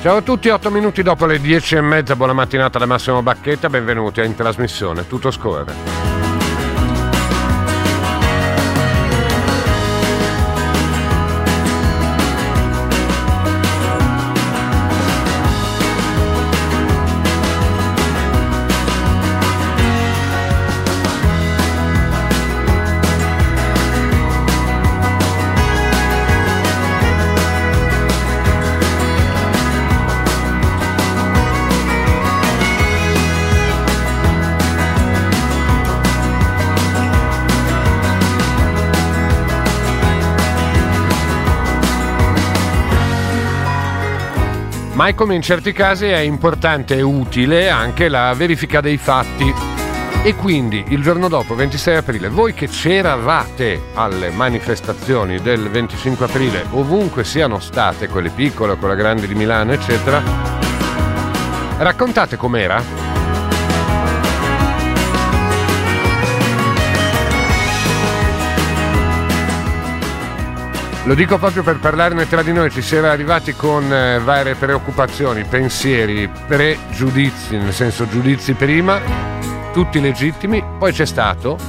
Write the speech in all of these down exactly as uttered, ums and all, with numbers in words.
Ciao a tutti, otto minuti dopo le dieci e mezza, buona mattinata da Massimo Bacchetta, benvenuti in trasmissione Tutto Scorre. Mai come in certi casi è importante e utile anche la verifica dei fatti. E quindi il giorno dopo, ventisei aprile, voi che c'eravate alle manifestazioni del venticinque aprile, ovunque siano state, quelle piccole o quelle grandi di Milano, eccetera, raccontate com'era. Lo dico proprio per parlarne tra di noi, ci si era arrivati con eh, varie preoccupazioni, pensieri, pregiudizi, nel senso giudizi prima, tutti legittimi, poi c'è stato.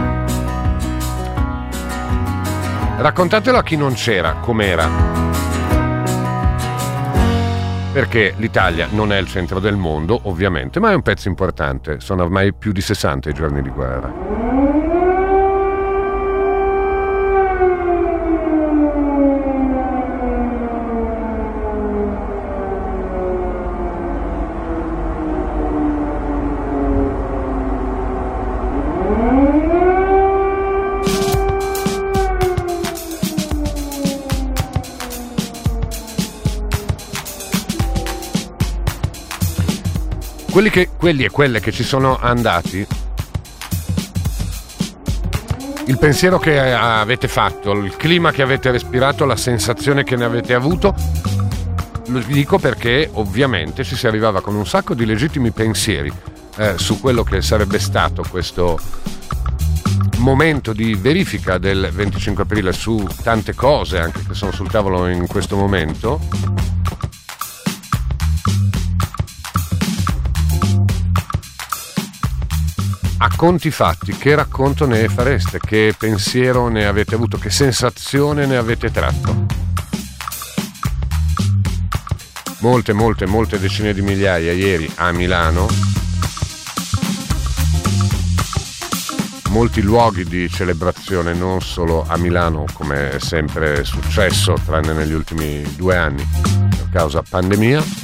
Raccontatelo a chi non c'era, com'era. Perché l'Italia non è il centro del mondo, ovviamente, ma è un pezzo importante. Sono ormai più di sessanta i giorni di guerra. Quelli, che, quelli e quelle che ci sono andati, il pensiero che avete fatto, il clima che avete respirato, la sensazione che ne avete avuto, lo dico perché ovviamente ci si arrivava con un sacco di legittimi pensieri eh, su quello che sarebbe stato questo momento di verifica del venticinque aprile, su tante cose anche che sono sul tavolo in questo momento. A conti fatti, che racconto ne fareste? Che pensiero ne avete avuto? Che sensazione ne avete tratto? Molte, molte, molte decine di migliaia ieri a Milano. Molti luoghi di celebrazione, non solo a Milano, come è sempre successo, tranne negli ultimi due anni, per causa pandemia.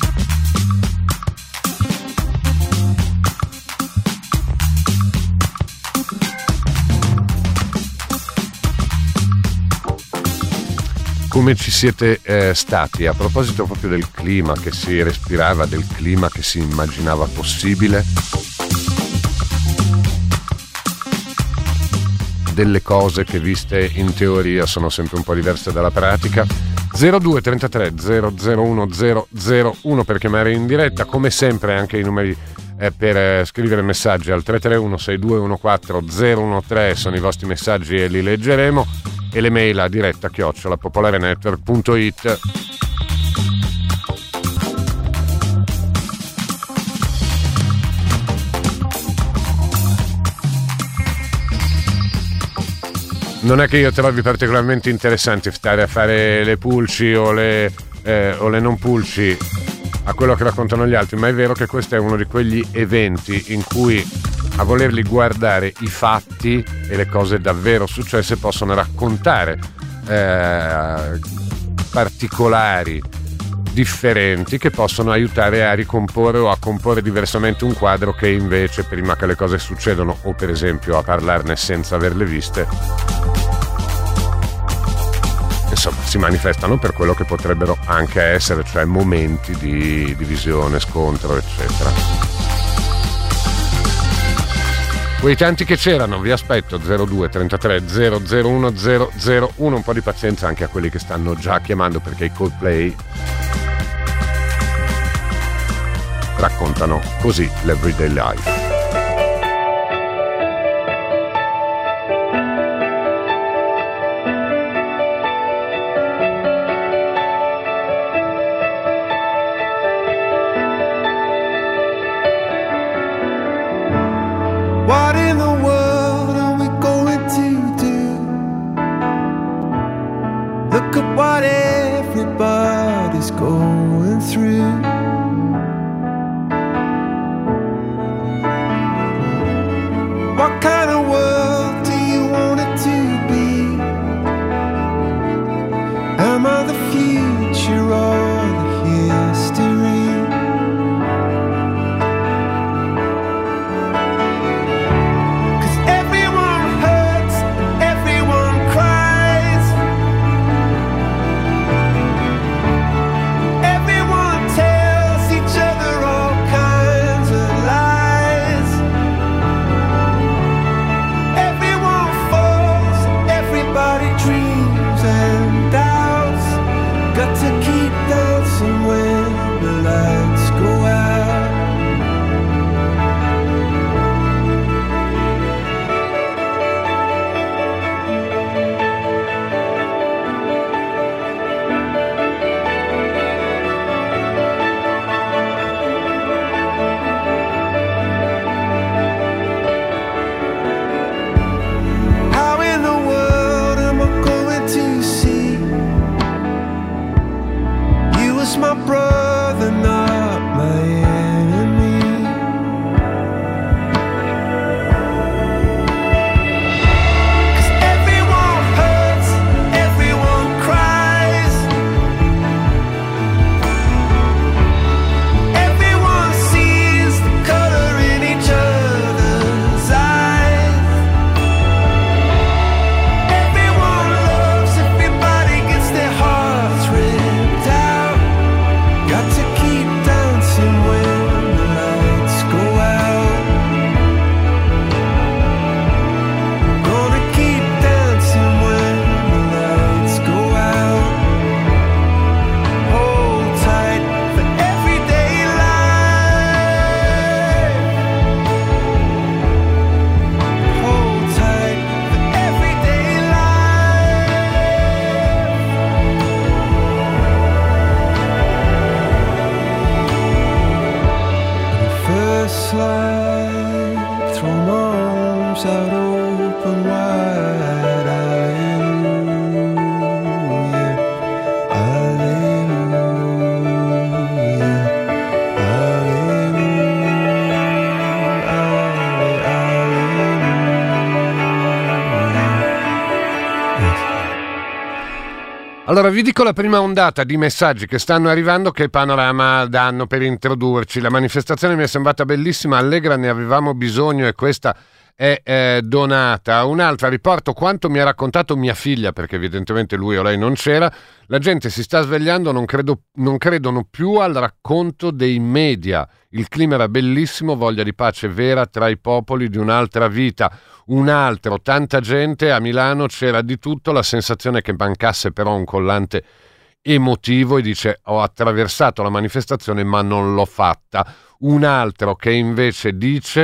Come ci siete eh, stati a proposito proprio del clima che si respirava, del clima che si immaginava possibile, delle cose che viste in teoria sono sempre un po' diverse dalla pratica. Zero due trentatré zero zero uno zero zero uno per chiamare in diretta, come sempre anche i numeri eh, per eh, scrivere messaggi al tre tre uno sei due uno quattro zero uno tre sono i vostri messaggi e li leggeremo, e le mail a diretta chiocciola popolarenetwork punto it. Non è che io trovi particolarmente interessanti stare a fare le pulci o le, eh, o le non pulci a quello che raccontano gli altri, ma è vero che questo è uno di quegli eventi in cui a volerli guardare i fatti e le cose davvero successe possono raccontare eh, particolari differenti che possono aiutare a ricomporre o a comporre diversamente un quadro che invece prima che le cose succedano, o per esempio a parlarne senza averle viste, insomma si manifestano per quello che potrebbero anche essere, cioè momenti di divisione, scontro, eccetera. Quei tanti che c'erano, vi aspetto. Zero due trentatré zero zero uno zero zero uno. Un po' di pazienza anche a quelli che stanno già chiamando, perché i Coldplay raccontano così l'everyday life. going through. What kind of world do you want it to be? Am I the future or the history? Allora vi dico la prima ondata di messaggi che stanno arrivando, che panorama danno per introdurci. La manifestazione mi è sembrata bellissima, allegra, ne avevamo bisogno e questa è eh, donata. Un'altra, riporto quanto mi ha raccontato mia figlia, perché evidentemente lui o lei non c'era. La gente si sta svegliando, non, credo, non credono più al racconto dei media. Il clima era bellissimo, voglia di pace vera tra i popoli di un'altra vita. Un altro, tanta gente, a Milano c'era di tutto, la sensazione che mancasse però un collante emotivo, e dice: ho attraversato la manifestazione ma non l'ho fatta. Un altro che invece dice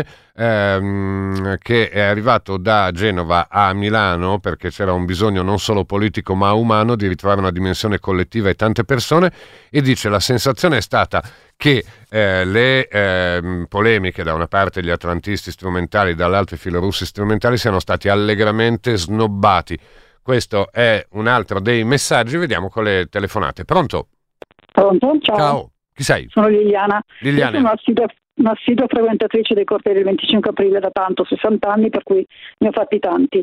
ehm, che è arrivato da Genova a Milano perché c'era un bisogno non solo politico ma umano di ritrovare una dimensione collettiva e tante persone, e dice: la sensazione è stata che eh, le eh, polemiche da una parte gli atlantisti strumentali, dall'altra i filorussi strumentali siano stati allegramente snobbati. Questo è un altro dei messaggi. Vediamo con le telefonate. Pronto? Pronto? Ciao. Ciao. Chi sei? Sono Liliana. Liliana. Io sono un'assidua, un'assidua frequentatrice dei cortei del venticinque aprile da tanto, sessanta anni, per cui ne ho fatti tanti.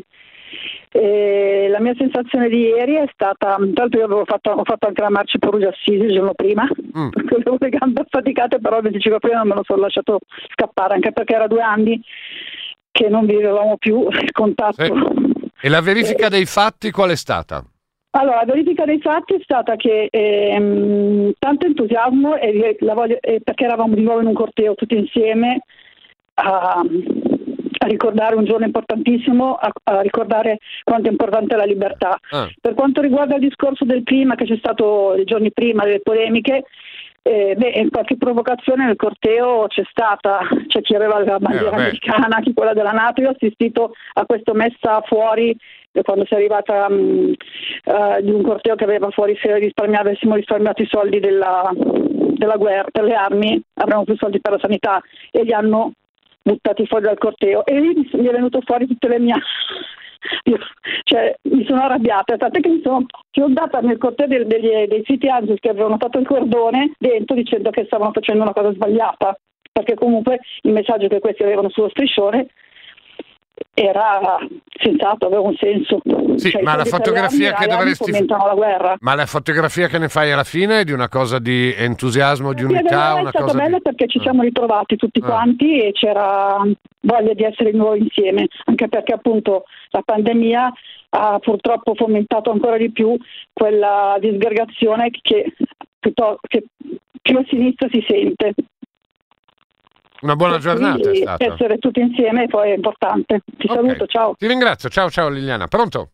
E la mia sensazione di ieri è stata, tanto io avevo fatto, ho fatto anche la marcia Perugia Assisi il giorno prima, mm. perché avevo le gambe affaticate, però il venticinque aprile non me lo sono lasciato scappare, anche perché era due anni che non vivevamo più il contatto. Sì. E la verifica eh, dei fatti qual è stata? Allora, la verifica dei fatti è stata che ehm, tanto entusiasmo e la voglio, eh, perché eravamo di nuovo in un corteo tutti insieme a, a ricordare un giorno importantissimo, a, a ricordare quanto è importante la libertà. Ah. Per quanto riguarda il discorso del clima che c'è stato i giorni prima, delle polemiche, eh, beh, qualche provocazione nel corteo c'è stata, c'è chi aveva la bandiera eh, americana, chi quella della NATO. Io ho assistito a questa messa fuori quando si è arrivata um, uh, di un corteo che aveva fuori, se risparmiava, avessimo risparmiato i soldi della, della guerra per le armi, avremmo più soldi per la sanità, e li hanno buttati fuori dal corteo, e lì mi è venuto fuori tutte le mie io, cioè, mi sono arrabbiata, tant'è che mi sono chiodata nel corteo dei, degli, dei City Angels che avevano fatto il cordone dentro dicendo che stavano facendo una cosa sbagliata, perché comunque il messaggio che questi avevano sullo striscione era sensato, aveva un senso. Sì, cioè, ma la fotografia che dovresti fomentano la guerra. Ma la fotografia che ne fai alla fine è di una cosa di entusiasmo, di Sì, unità, è una stato cosa bello di... perché ci siamo ritrovati tutti Ah. quanti e c'era voglia di essere di nuovo insieme, anche perché appunto la pandemia ha purtroppo fomentato ancora di più quella disgregazione che, piuttosto, che più a sinistra si sente. Una buona giornata è Quindi stata. essere tutti insieme poi è importante. Ti Ok. saluto, ciao. Ti ringrazio, ciao ciao Liliana. Pronto?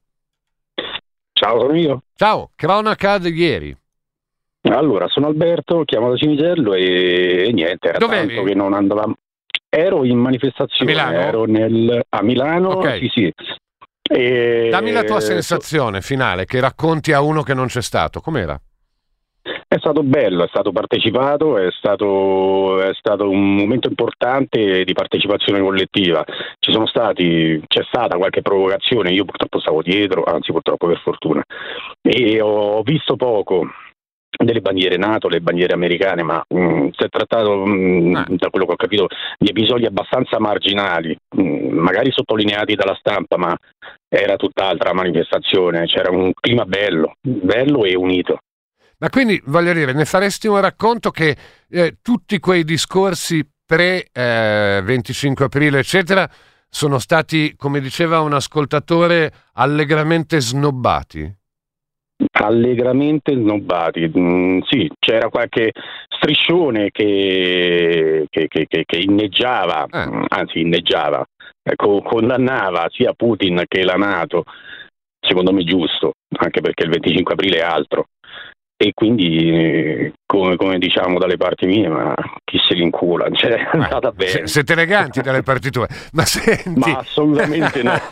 Ciao, sono io. Ciao, cronaca di ieri. Allora, sono Alberto, chiamo da Cinisello e, e niente, era Dov'eri? tanto che non andavamo. Ero in manifestazione, A Milano? ero nel... a Milano, Ok. sì sì. E... Dammi la tua sensazione finale, che racconti a uno che non c'è stato. Com'era? È stato bello, è stato partecipato, è stato, è stato un momento importante di partecipazione collettiva. Ci sono stati, c'è stata qualche provocazione, io purtroppo stavo dietro, anzi purtroppo per fortuna, e ho visto poco delle bandiere NATO, le bandiere americane, ma mh, si è trattato, mh, Ah. da quello che ho capito, di episodi abbastanza marginali, mh, magari sottolineati dalla stampa, ma era tutt'altra manifestazione, c'era un clima bello, bello e unito. Ma quindi, voglio dire, ne faresti un racconto che eh, tutti quei discorsi pre eh, venticinque aprile, eccetera, sono stati, come diceva un ascoltatore, allegramente snobbati? Allegramente snobbati, mm, sì, c'era qualche striscione che, che, che, che, che inneggiava, Eh. mm, anzi inneggiava, ecco, condannava sia Putin che la NATO, secondo me giusto, anche perché il venticinque aprile è altro. E quindi, eh, come, come diciamo dalle parti mie, ma chi se li incula, cioè è andata bene. Se- siete eleganti dalle partitue, ma senti... Ma assolutamente no.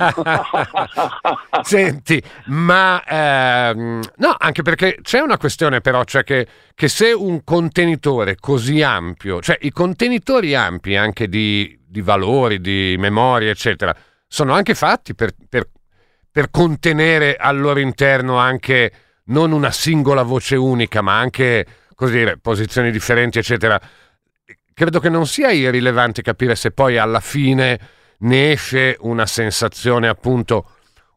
Senti, ma ehm, no, anche perché c'è una questione però, cioè che, che se un contenitore così ampio, cioè i contenitori ampi anche di, di valori, di memorie, eccetera, sono anche fatti per, per, per contenere al loro interno anche non una singola voce unica, ma anche, così dire, posizioni differenti, eccetera. Credo che non sia irrilevante capire se poi alla fine ne esce una sensazione appunto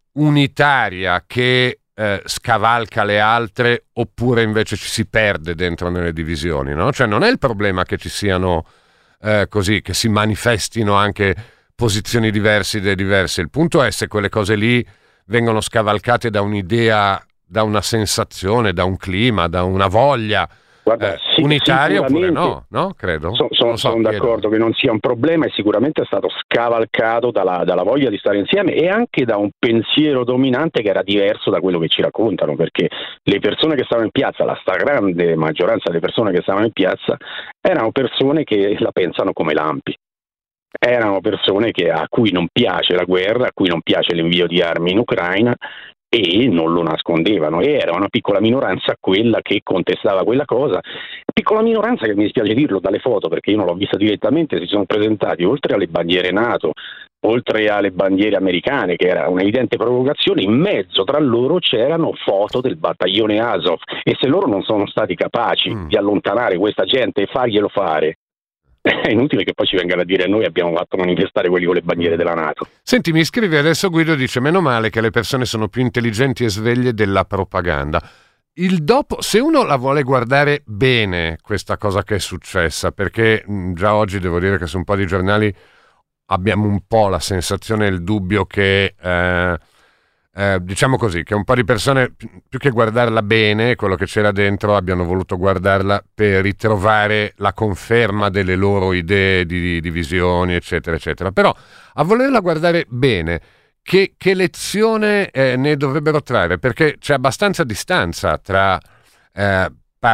unitaria che eh, scavalca le altre, oppure invece ci si perde dentro nelle divisioni, no? Cioè non è il problema che ci siano eh, così, che si manifestino anche posizioni diverse, idee diverse. Il punto è se quelle cose lì vengono scavalcate da un'idea, da una sensazione, da un clima, da una voglia Guarda, eh, sì, unitaria oppure sicuramente. no, no? Credo. So- so- Non lo so, sono chiedo. d'accordo che non sia un problema e sicuramente è stato scavalcato dalla, dalla voglia di stare insieme e anche da un pensiero dominante che era diverso da quello che ci raccontano, perché le persone che stavano in piazza, la stragrande maggioranza delle persone che stavano in piazza, erano persone che la pensano come Lampi. Erano persone che, a cui non piace la guerra, a cui non piace l'invio di armi in Ucraina, e non lo nascondevano, e era una piccola minoranza quella che contestava quella cosa, piccola minoranza che, mi dispiace dirlo, dalle foto, perché io non l'ho vista direttamente, si sono presentati oltre alle bandiere NATO, oltre alle bandiere americane, che era un'evidente provocazione, in mezzo tra loro c'erano foto del battaglione Azov, e se loro non sono stati capaci Mm. di allontanare questa gente e farglielo fare, è inutile che poi ci vengano a dire noi abbiamo fatto manifestare quelli con le bandiere della NATO. Senti, mi scrive adesso Guido, dice meno male che le persone sono più intelligenti e sveglie della propaganda. Il dopo, se uno la vuole guardare bene questa cosa che è successa, perché mh, già oggi devo dire che su un po' di giornali abbiamo un po' la sensazione e il dubbio che eh, eh, diciamo così, che un po' di persone pi- più che guardarla bene, quello che c'era dentro, abbiano voluto guardarla per ritrovare la conferma delle loro idee di, di visioni, eccetera, eccetera. Però a volerla guardare bene, che, che lezione eh, ne dovrebbero trarre? Perché c'è abbastanza distanza tra eh,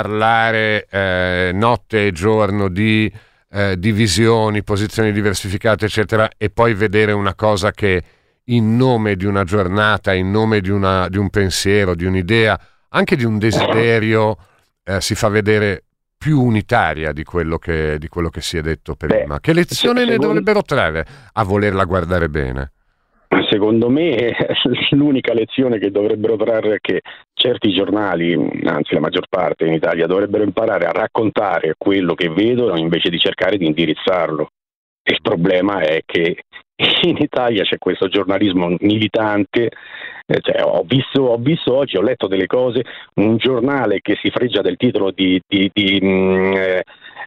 parlare eh, notte e giorno di eh, divisioni, posizioni diversificate, eccetera, e poi vedere una cosa che in nome di una giornata, in nome di, una, di un pensiero, di un'idea, anche di un desiderio, eh, si fa vedere più unitaria di quello che, di quello che si è detto prima. Beh, che lezione se- ne secondo- dovrebbero trarre a volerla guardare bene? secondo me l'unica lezione che dovrebbero trarre è che certi giornali, anzi la maggior parte in Italia, dovrebbero imparare a raccontare quello che vedono invece di cercare di indirizzarlo. Il problema è che in Italia c'è questo giornalismo militante, eh, cioè, ho, visto, ho visto oggi, ho letto delle cose, un giornale che si fregia del titolo di, di, di, mh, eh,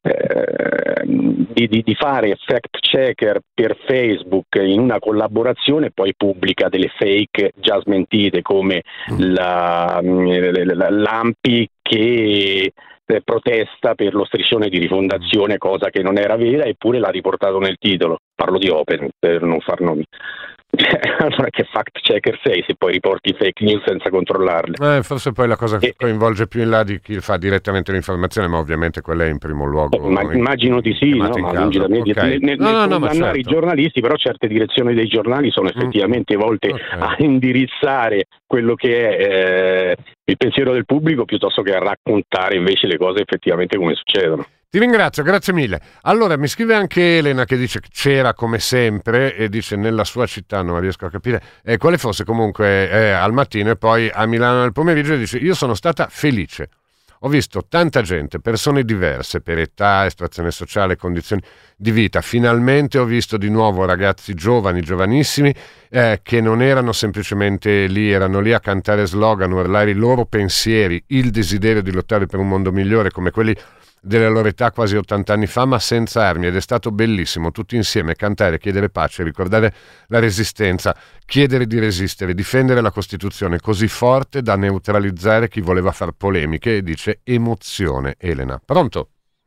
eh, di, di, di fare fact checker per Facebook in una collaborazione e poi pubblica delle fake già smentite come la, la, l'Ampi che protesta per lo striscione di rifondazione, cosa che non era vera, eppure l'ha riportato nel titolo. Parlo di Open per non far nomi. Allora che fact checker sei se poi riporti fake news senza controllarle? Eh, forse poi la cosa che coinvolge più in là di chi fa direttamente l'informazione, ma ovviamente quella è in primo luogo. Eh, ma immagino di sì, no? Ma lungi da me okay. nel, no, nel no, no, certo. i giornalisti, però certe direzioni dei giornali sono effettivamente mm. volte okay. a indirizzare quello che è eh, il pensiero del pubblico piuttosto che a raccontare invece le cose effettivamente come succedono. Ti ringrazio, grazie mille. Allora, mi scrive anche Elena che dice che c'era come sempre e dice nella sua città, non riesco a capire eh, quale fosse comunque eh, al mattino e poi a Milano nel pomeriggio, e dice io sono stata felice. Ho visto tanta gente, persone diverse per età, estrazione sociale, condizioni di vita. Finalmente ho visto di nuovo ragazzi giovani, giovanissimi, eh, che non erano semplicemente lì, erano lì a cantare slogan, urlare i loro pensieri, il desiderio di lottare per un mondo migliore come quelli della loro età quasi ottanta anni fa, ma senza armi, ed è stato bellissimo tutti insieme cantare, chiedere pace, ricordare la resistenza, chiedere di resistere, difendere la Costituzione così forte da neutralizzare chi voleva far polemiche, e dice emozione. Elena, pronto?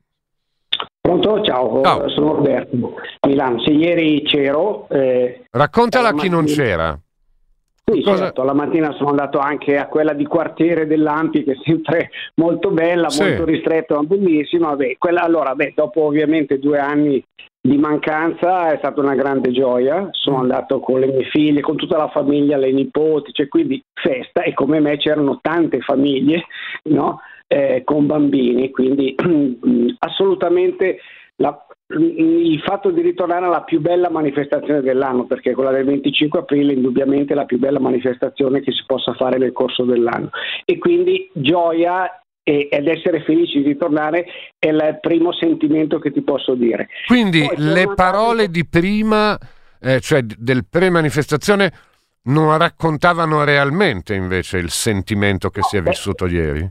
Pronto, ciao, ciao. Sono Roberto, Milano. Se ieri c'ero eh, raccontala a chi non c'era. Sì, Cosa... certo, la mattina sono andato anche a quella di quartiere dell'Ampi, che è sempre molto bella, sì. molto ristretta, bellissima. Vabbè, quella, allora, beh, dopo ovviamente due anni di mancanza è stata una grande gioia. Sono andato con le mie figlie, con tutta la famiglia, le nipoti, cioè quindi festa, e come me c'erano tante famiglie, no? eh, con bambini, quindi assolutamente la... il fatto di ritornare alla più bella manifestazione dell'anno, perché quella del venticinque aprile indubbiamente è la più bella manifestazione che si possa fare nel corso dell'anno, e quindi gioia e, ed essere felici di ritornare è il primo sentimento che ti posso dire. Quindi Poi, le parole di prima, eh, cioè del pre-manifestazione, non raccontavano realmente invece il sentimento che si è vissuto ieri?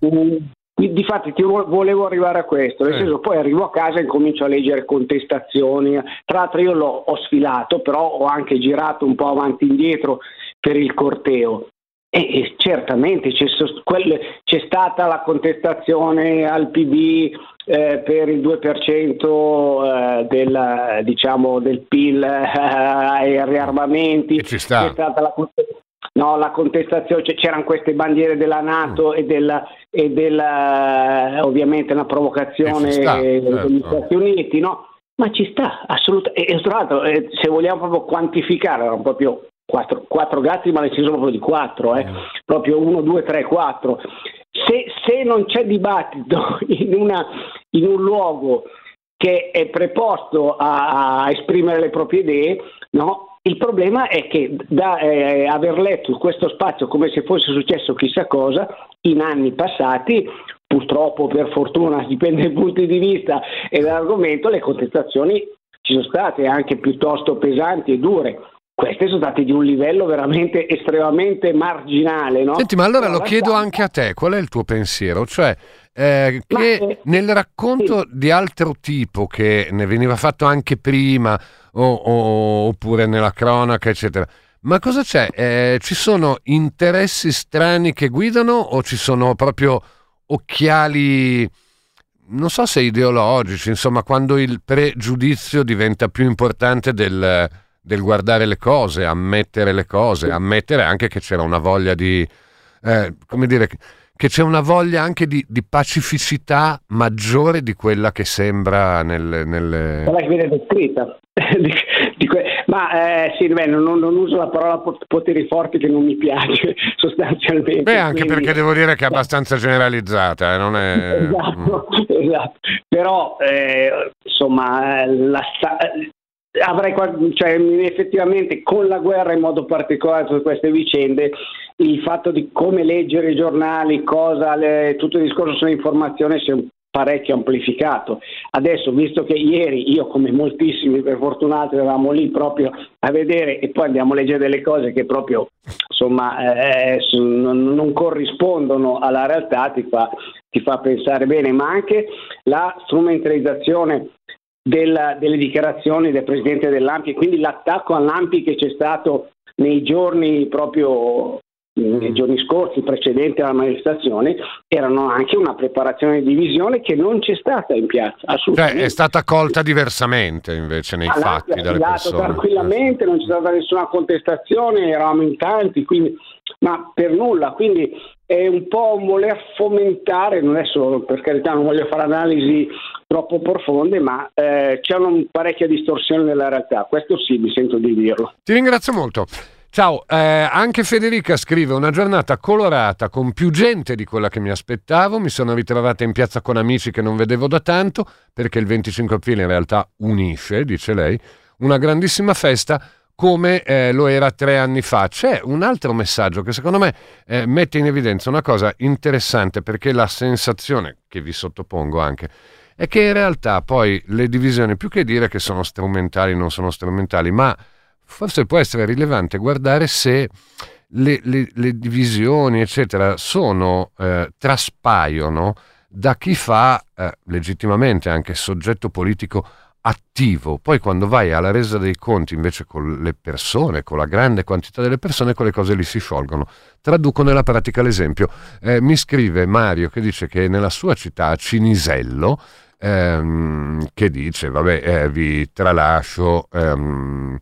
Difatti ti volevo arrivare a questo, nel eh. senso, poi arrivo a casa e comincio a leggere contestazioni. Tra l'altro io l'ho ho sfilato, però ho anche girato un po' avanti e indietro per il corteo, e, e certamente c'è, c'è stata la contestazione al P D eh, per il due per cento eh, del, diciamo, del P I L eh, e riarmamenti, e ci sta. C'è stata la contestazione. No, la contestazione, c'erano queste bandiere della NATO e della, e della ovviamente una provocazione sta, certo. degli Stati Uniti, no? Ma ci sta, assolutamente. E tra l'altro, eh, se vogliamo proprio quantificare, erano proprio quattro, quattro gatti, ma nel senso proprio di quattro, eh? proprio uno, due, tre, quattro. Se, se non c'è dibattito in, una, in un luogo che è preposto a, a esprimere le proprie idee, no? Il problema è che da eh, aver letto questo spazio come se fosse successo chissà cosa in anni passati, purtroppo, per fortuna, dipende dai punti di vista e dall'argomento, le contestazioni ci sono state anche piuttosto pesanti e dure. Queste sono state di un livello veramente estremamente marginale, no? Senti, ma allora lo chiedo anche a te, qual è il tuo pensiero? Cioè, eh, che ma, eh, nel racconto sì. di altro tipo, che ne veniva fatto anche prima, o, o, oppure nella cronaca, eccetera, ma cosa c'è? Eh, ci sono interessi strani che guidano, o ci sono proprio occhiali, non so se ideologici, insomma, quando il pregiudizio diventa più importante del... del guardare le cose, ammettere le cose, ammettere anche che c'era una voglia di, eh, come dire, che c'è una voglia anche di, di pacificità maggiore di quella che sembra nelle... nelle... quella che viene descritta. di, di que- ma eh, sì, beh, non, non uso la parola poteri forti, che non mi piace sostanzialmente. Beh, anche quindi... perché devo dire che è abbastanza generalizzata, eh, non è... Esatto, mm. esatto. Però, eh, insomma, la sta- avrei, cioè, effettivamente con la guerra in modo particolare su queste vicende, il fatto di come leggere i giornali, cosa, le, tutto il discorso sull'informazione si è parecchio amplificato. Adesso, visto che ieri io, come moltissimi per fortunato, eravamo lì proprio a vedere e poi andiamo a leggere delle cose che proprio insomma eh, non, non corrispondono alla realtà, ti fa, ti fa pensare bene, ma anche la strumentalizzazione della, delle dichiarazioni del presidente dell'A N P I, quindi l'attacco all'A N P I che c'è stato nei giorni proprio nei giorni scorsi precedenti alla manifestazione, erano anche una preparazione di divisione che non c'è stata in piazza, assolutamente. Cioè è stata colta diversamente invece nei allora, fatti dalle persone. Tranquillamente, non c'è stata nessuna contestazione, eravamo in tanti, quindi, ma per nulla, quindi è un po' un voler fomentare, non è solo, per carità, non voglio fare analisi troppo profonde, ma eh, c'è una parecchia distorsione della realtà, questo sì, mi sento di dirlo. Ti ringrazio molto. Ciao, eh, anche Federica scrive: una giornata colorata con più gente di quella che mi aspettavo, mi sono ritrovata in piazza con amici che non vedevo da tanto, perché il venticinque aprile in realtà unisce, dice lei, una grandissima festa come eh, lo era tre anni fa. C'è un altro messaggio che secondo me eh, mette in evidenza una cosa interessante, perché la sensazione che vi sottopongo anche è che in realtà poi le divisioni, più che dire che sono strumentali, non sono strumentali, ma forse può essere rilevante guardare se le, le, le divisioni, eccetera, sono, eh, traspaiono da chi fa eh, legittimamente anche soggetto politico attivo. Poi quando vai alla resa dei conti invece con le persone, con la grande quantità delle persone, quelle cose lì si sciolgono. Traduco nella pratica l'esempio. Eh, mi scrive Mario che dice che nella sua città, Cinisello, ehm, che dice, vabbè, eh, vi tralascio... Ehm,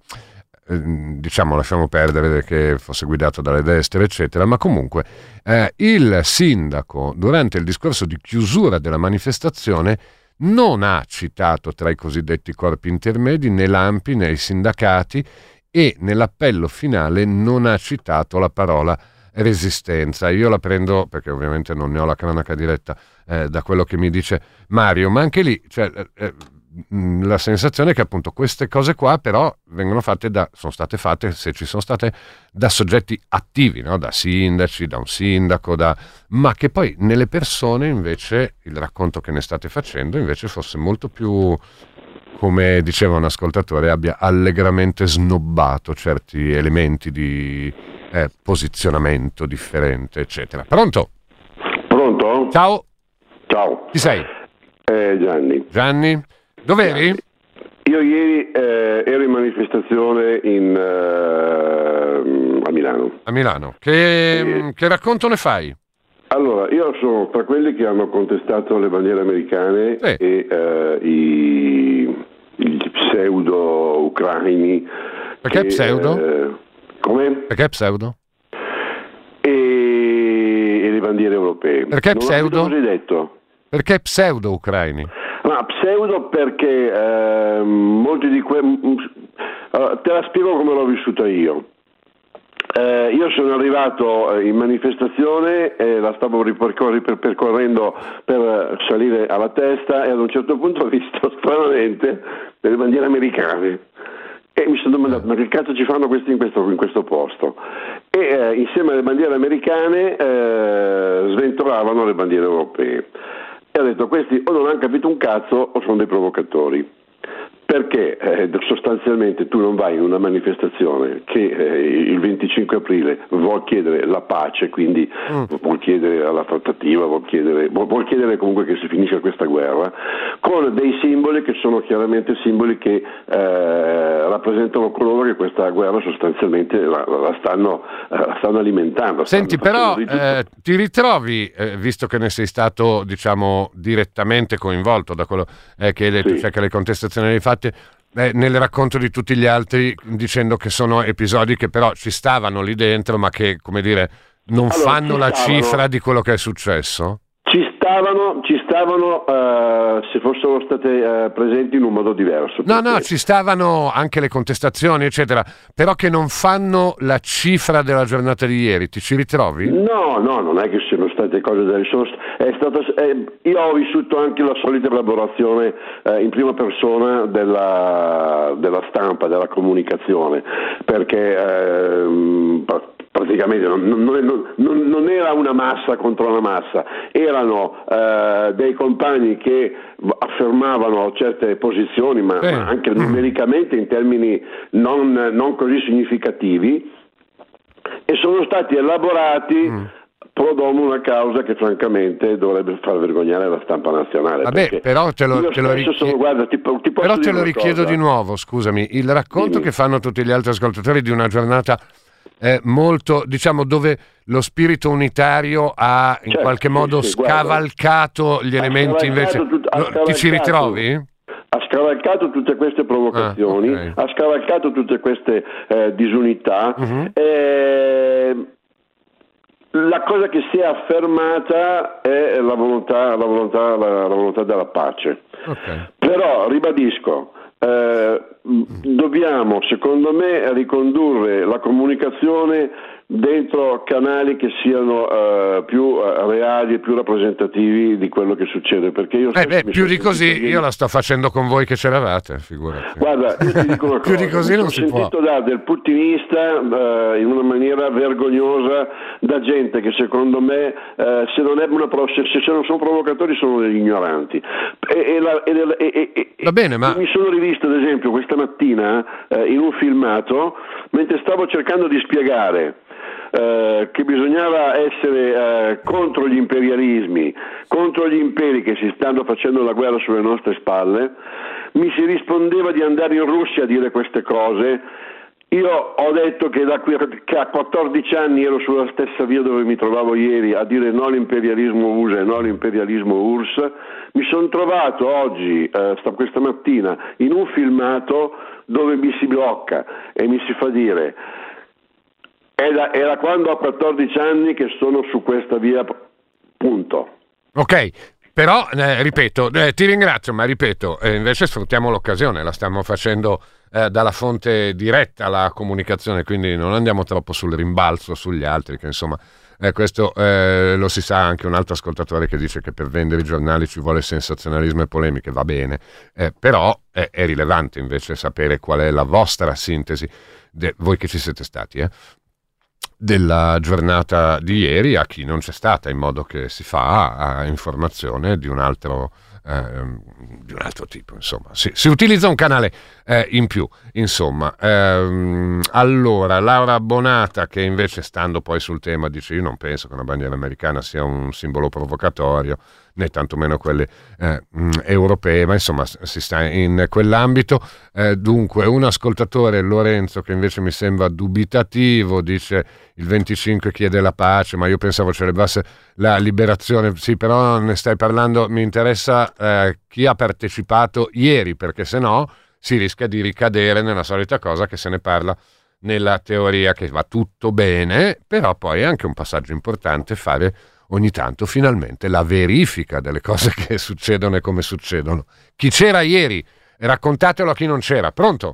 diciamo lasciamo perdere che fosse guidato dalle destre eccetera, ma comunque eh, il sindaco durante il discorso di chiusura della manifestazione non ha citato tra i cosiddetti corpi intermedi né l'A N P I né i sindacati, e nell'appello finale non ha citato la parola resistenza. Io la prendo, perché ovviamente non ne ho la cronaca diretta, eh, da quello che mi dice Mario, ma anche lì cioè, eh, la sensazione è che appunto queste cose qua però vengono fatte da, sono state fatte, se ci sono state, da soggetti attivi, no? Da sindaci, da un sindaco, da, ma che poi nelle persone invece il racconto che ne state facendo invece fosse molto più, come diceva un ascoltatore, abbia allegramente snobbato certi elementi di eh, posizionamento differente, eccetera. Pronto? Pronto? Ciao. Ciao. Chi sei? Eh, Gianni. Gianni? Dov'eri? Io ieri eh, ero in manifestazione in, uh, a Milano. A Milano. Che, e... che racconto ne fai? Allora, io sono tra quelli che hanno contestato le bandiere americane sì. e uh, i, gli pseudo-ucraini. Perché che, pseudo? Uh, come? Perché pseudo? E, e le bandiere europee. Perché non pseudo? Così detto. Perché pseudo-ucraini? Ma pseudo perché eh, molti di quelli... Allora, te la spiego come l'ho vissuta io. Eh, io sono arrivato in manifestazione e la stavo ripercorri, per, percorrendo per salire alla testa, e ad un certo punto ho visto stranamente delle bandiere americane e mi sono domandato ma che cazzo ci fanno questi in questo, in questo posto, e eh, insieme alle bandiere americane eh, sventolavano le bandiere europee. E ho detto, questi o non hanno capito un cazzo o sono dei provocatori, perché eh, sostanzialmente tu non vai in una manifestazione che eh, il venticinque aprile vuol chiedere la pace, quindi mm. vuol chiedere la trattativa, vuol chiedere, vuol, vuol chiedere comunque che si finisca questa guerra, con dei simboli che sono chiaramente simboli che eh, rappresentano coloro che questa guerra sostanzialmente la, la, stanno, eh, la stanno alimentando. Senti, stanno però eh, ti ritrovi, eh, visto che ne sei stato diciamo direttamente coinvolto da quello eh, che hai detto, sì. cioè che le contestazioni le hai fatte, Eh, nel racconto di tutti gli altri, dicendo che sono episodi che però ci stavano lì dentro, ma che, come dire, non allora, fanno la stavano, cifra di quello che è successo? Ci stavano, ci stavano uh, se fossero state uh, presenti in un modo diverso. No, no, ci stavano anche le contestazioni, eccetera, però che non fanno la cifra della giornata di ieri. Ti ci ritrovi? No, no, non è che siano state cose da sono, è stata, è, io ho vissuto anche la solita elaborazione eh, in prima persona della, della stampa, della comunicazione, perché eh, praticamente non, non, non, non era una massa contro una massa, erano eh, dei compagni che affermavano certe posizioni, ma, eh. ma anche numericamente in termini non, non così significativi, e sono stati elaborati mm. pro domo una causa che francamente dovrebbe far vergognare la stampa nazionale. Vabbè, però te lo, te lo, richiedo, sono, guarda, ti, ti però te lo richiedo cosa? di nuovo, scusami, il racconto Dimmi. Che fanno tutti gli altri ascoltatori di una giornata eh, molto, diciamo, dove lo spirito unitario ha in certo, qualche modo sì, sì, scavalcato guarda, gli elementi invece... Tut- lo, ti ci ritrovi? Ha scavalcato tutte queste provocazioni, ah, okay. ha scavalcato tutte queste eh, disunità. Uh-huh. E la cosa che si è affermata è la volontà, la volontà, la, la volontà della pace. Okay. Però ribadisco, eh, dobbiamo secondo me ricondurre la comunicazione dentro canali che siano uh, più uh, reali e più rappresentativi di quello che succede, perché io eh beh, più di così dire... io la sto facendo con voi che c'eravate, figurati. Guarda, io ti dico una cosa, più di così non si può. Ho sentito dare del putinista uh, in una maniera vergognosa da gente che secondo me uh, se non è una pro- se, se non sono provocatori sono degli ignoranti. E, e, la, e, e, e, Va bene, ma mi sono rivisto ad esempio questa mattina uh, in un filmato mentre stavo cercando di spiegare Uh, che bisognava essere uh, contro gli imperialismi, contro gli imperi che si stanno facendo la guerra sulle nostre spalle. Mi si rispondeva di andare in Russia a dire queste cose. Io ho detto che, da qui, che a quattordici anni ero sulla stessa via dove mi trovavo ieri a dire no all'imperialismo U S A e no all'imperialismo U R S S. Mi sono trovato oggi, uh, questa mattina, in un filmato dove mi si blocca e mi si fa dire Era, era quando ho quattordici anni che sono su questa via, punto. Ok, però eh, ripeto, eh, ti ringrazio, ma ripeto, eh, invece sfruttiamo l'occasione, la stiamo facendo eh, dalla fonte diretta la comunicazione, quindi non andiamo troppo sul rimbalzo sugli altri, che insomma eh, questo eh, lo si sa. Anche un altro ascoltatore che dice che per vendere i giornali ci vuole sensazionalismo e polemiche, va bene, eh, però è, è rilevante invece sapere qual è la vostra sintesi, de- voi che ci siete stati, eh? della giornata di ieri a chi non c'è stata, in modo che si fa a informazione di un altro eh, di un altro tipo, insomma si, si utilizza un canale eh, in più, insomma. Ehm, allora Laura Bonata, che invece stando poi sul tema dice: io non penso che una bandiera americana sia un simbolo provocatorio, né tantomeno quelle eh, europee, ma insomma si sta in quell'ambito. Eh, dunque un ascoltatore, Lorenzo, che invece mi sembra dubitativo, dice: il venticinque chiede la pace, ma io pensavo celebrasse la liberazione. Sì, però ne stai parlando, mi interessa eh, chi ha partecipato ieri, perché se no si rischia di ricadere nella solita cosa che se ne parla nella teoria, che va tutto bene, però poi è anche un passaggio importante fare ogni tanto finalmente la verifica delle cose che succedono e come succedono. Chi c'era ieri, raccontatelo a chi non c'era. Pronto?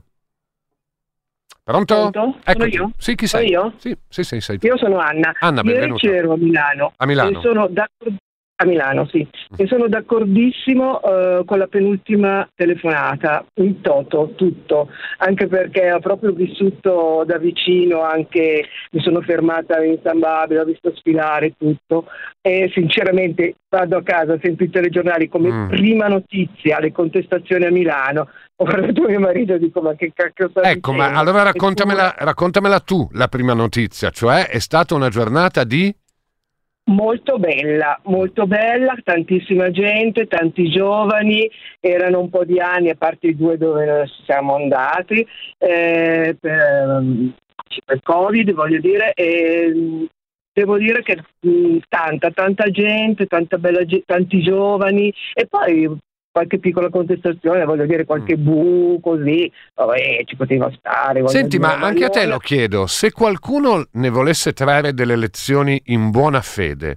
Pronto? Pronto? Ecco Sono io? Sì, chi Sono sei? io? Sì, sì, sì, sei tu. Io sono Anna. Anna, ieri benvenuta. c'ero a Milano. A Milano? E sono d'accordo... A Milano, sì. E sono d'accordissimo uh, con la penultima telefonata, in toto, tutto, anche perché ho proprio vissuto da vicino, anche mi sono fermata in San Babilo, ho visto sfilare tutto, e sinceramente vado a casa, sento i telegiornali come mm. prima notizia le contestazioni a Milano. Ho guardato mio marito e dico: ma che cacchio sta Ecco, dicendo? ma allora raccontamela, raccontamela tu, la prima notizia, cioè è stata una giornata di... Molto bella, molto bella, tantissima gente, tanti giovani, erano un po' di anni, a parte i due dove noi siamo andati, eh, per, per Covid, voglio dire, e devo dire che mh, tanta, tanta gente, tanta bella gente, tanti giovani, e poi qualche piccola contestazione, voglio dire, qualche bu così, vabbè, ci poteva stare. Senti, dire, ma anche non... a te lo chiedo, se qualcuno ne volesse trarre delle lezioni in buona fede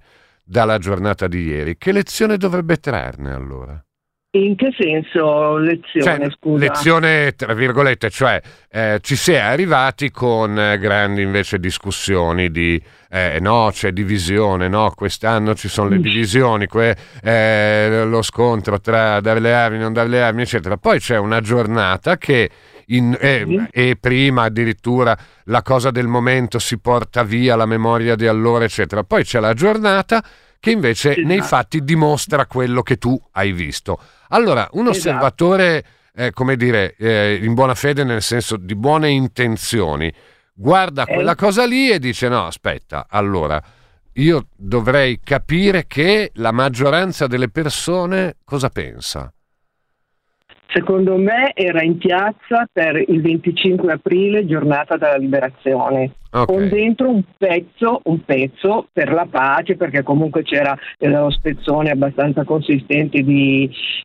dalla giornata di ieri, che lezione dovrebbe trarne allora? In che senso lezione, cioè, scusa? Lezione, tra virgolette, cioè eh, ci si è arrivati con eh, grandi invece discussioni di eh, no, c'è divisione, no, quest'anno ci sono le divisioni, que, eh, lo scontro tra dare le armi, non dare le armi, eccetera. Poi c'è una giornata che in, eh, mm. e prima addirittura la cosa del momento si porta via la memoria di allora, eccetera. Poi c'è la giornata che invece esatto. nei fatti dimostra quello che tu hai visto. Allora, un osservatore, eh, come dire, eh, in buona fede, nel senso di buone intenzioni, guarda eh. quella cosa lì e dice no, aspetta, allora, io dovrei capire che la maggioranza delle persone cosa pensa. Secondo me era in piazza per il venticinque aprile, giornata della liberazione, okay. con dentro un pezzo, un pezzo per la pace, perché comunque c'era lo spezzone abbastanza consistente di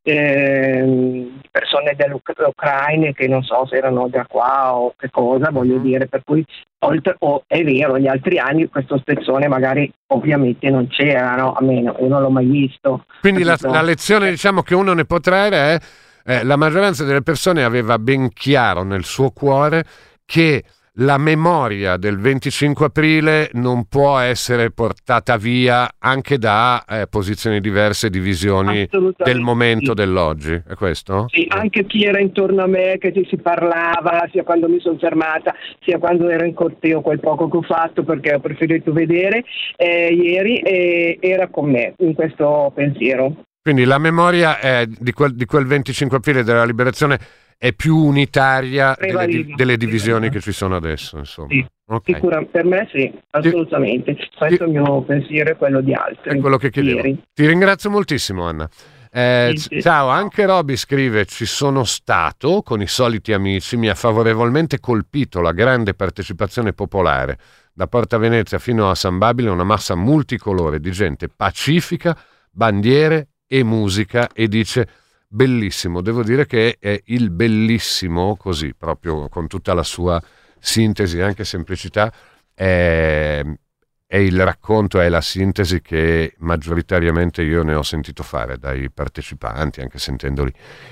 eh, persone dell'Ucraina che non so se erano da qua o che cosa, voglio dire, per cui oltre, oh, è vero, gli altri anni questo spezzone magari ovviamente non c'era, no? A meno, io non l'ho mai visto. Quindi la, la lezione, diciamo, che uno ne può trarre è Eh, la maggioranza delle persone aveva ben chiaro nel suo cuore che la memoria del venticinque aprile non può essere portata via anche da eh, posizioni diverse, divisioni del momento sì. dell'oggi. È questo? Sì, anche chi era intorno a me, che si parlava, sia quando mi sono fermata, sia quando ero in corteo, quel poco che ho fatto, perché ho preferito vedere eh, ieri, eh, era con me in questo pensiero. Quindi la memoria è di, quel, di quel venticinque aprile della liberazione è più unitaria delle, di, delle divisioni che ci sono adesso, insomma. Sì, okay. sicura, per me sì, assolutamente. Ti, questo è il mio pensiero e quello di altri. È quello che chiedevo. Ieri. Ti ringrazio moltissimo, Anna. Eh, sì, sì. Ciao, anche Roby scrive: ci sono stato con i soliti amici, mi ha favorevolmente colpito la grande partecipazione popolare. Da Porta Venezia fino a San Babile una massa multicolore di gente pacifica, bandiere e musica, e dice bellissimo. Devo dire che è il bellissimo, così proprio con tutta la sua sintesi, anche semplicità, è, è il racconto, è la sintesi che maggioritariamente io ne ho sentito fare dai partecipanti, anche sentendoli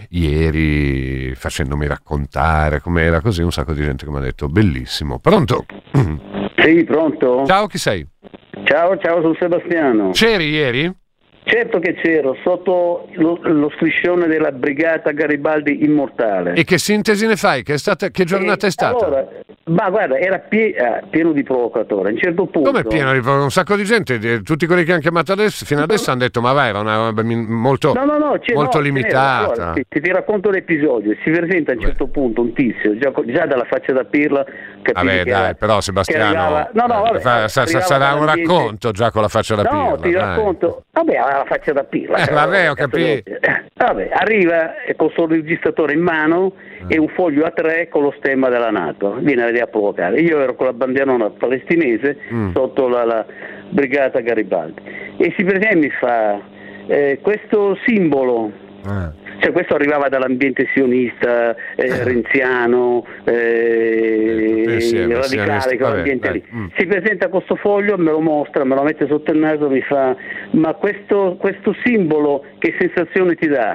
ieri, facendomi raccontare com'era, così un sacco di gente che mi ha detto bellissimo. Pronto? Sì, pronto? Ciao, chi sei? Ciao, ciao, sono Sebastiano. C'eri ieri? Certo che c'ero, sotto lo, lo striscione della Brigata Garibaldi Immortale. E che sintesi ne fai? Che, è stata, che giornata e, è stata? Allora, ma guarda, era pie, eh, pieno di provocatori. A un certo punto... Come pieno di provocatori? Un sacco di gente, tutti quelli che hanno chiamato adesso, fino adesso no, hanno detto, ma vai, era una roba molto, no, no, no, molto no, limitata. Allora, ti, ti racconto l'episodio. Si presenta a un certo Beh. punto un tizio, già, già dalla faccia da pirla... Vabbè, dai, era, però Sebastiano, arrivava, no, no, vabbè, fa, sa, sarà un racconto già con la faccia da pirla. No, ti dai. racconto, vabbè, la faccia da pirla. Eh, vabbè, ho capito. Vabbè, arriva con il suo registratore in mano e un foglio A tre con lo stemma della NATO, viene a provocare. Io ero con la bandierona palestinese mm. sotto la, la Brigata Garibaldi e si presenta e mi fa eh, questo simbolo. Ah. Cioè, questo arrivava dall'ambiente sionista, eh, renziano, eh, eh, radicale, quell'ambiente lì. Mm. Si presenta con questo foglio, me lo mostra, me lo mette sotto il naso, mi fa: ma questo, questo simbolo che sensazione ti dà?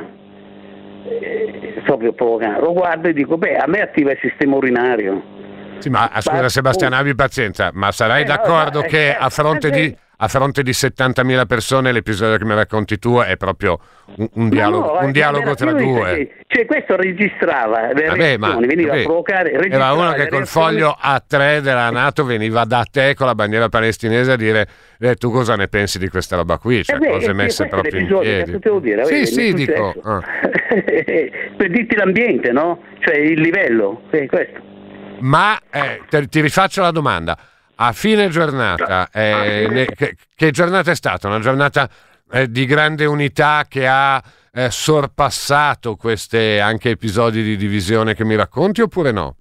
Eh, proprio provocante. Lo guardo e dico: beh, a me attiva il sistema urinario. Sì, ma scusa Sebastiano, abbi pazienza, ma sarai eh, d'accordo no, no, che eh, a fronte eh, di... a fronte di settantamila persone l'episodio che mi racconti tu è proprio un, un dialogo, no, un dialogo tra due. Cioè questo registrava le vabbè, reazioni, ma, veniva vabbè, a provocare, era uno che col foglio A tre della NATO veniva da te con la bandiera palestinese a dire eh, tu cosa ne pensi di questa roba qui, cioè eh beh, cose messe proprio in piedi. Dire, sì, vedi, sì, dico. Ah. Per dirti l'ambiente, no? Cioè il livello, è questo. Ma eh, te, ti rifaccio la domanda. A fine giornata, eh, ne, che, che giornata è stata? Una giornata eh, di grande unità che ha eh, sorpassato questi anche episodi di divisione che mi racconti oppure no?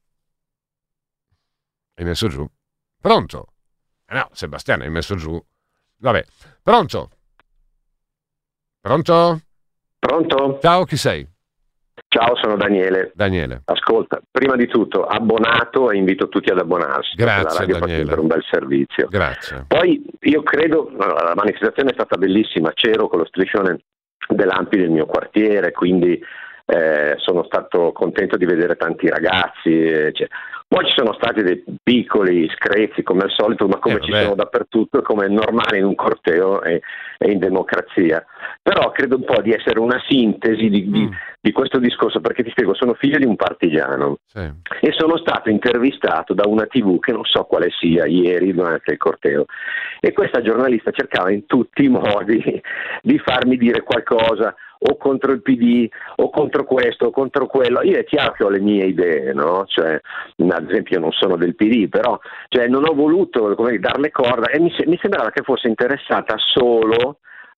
Hai messo giù? Pronto? Eh no, Sebastiano, hai messo giù. Vabbè, pronto? Pronto? Pronto? Ciao, chi sei? Ciao, sono Daniele. Daniele. Ascolta, prima di tutto abbonato e invito tutti ad abbonarsi. Grazie, la radio Daniele. Per un bel servizio. Grazie. Poi io credo, la manifestazione è stata bellissima, c'ero con lo striscione dell'A M P del mio quartiere, quindi eh, sono stato contento di vedere tanti ragazzi. Cioè. Poi ci sono stati dei piccoli screzi come al solito, ma come eh, ci sono dappertutto, come è normale in un corteo e, e in democrazia. Però credo un po' di essere una sintesi di, mm. di, di questo discorso, perché ti spiego, sono figlio di un partigiano sì. e sono stato intervistato da una tivù che non so quale sia ieri durante il corteo, e questa giornalista cercava in tutti i modi di farmi dire qualcosa o contro il P D o contro questo o contro quello. Io è chiaro che ho le mie idee, no? Cioè, ad esempio io non sono del P D, però cioè, non ho voluto come darle corda, e mi, mi sembrava che fosse interessata solo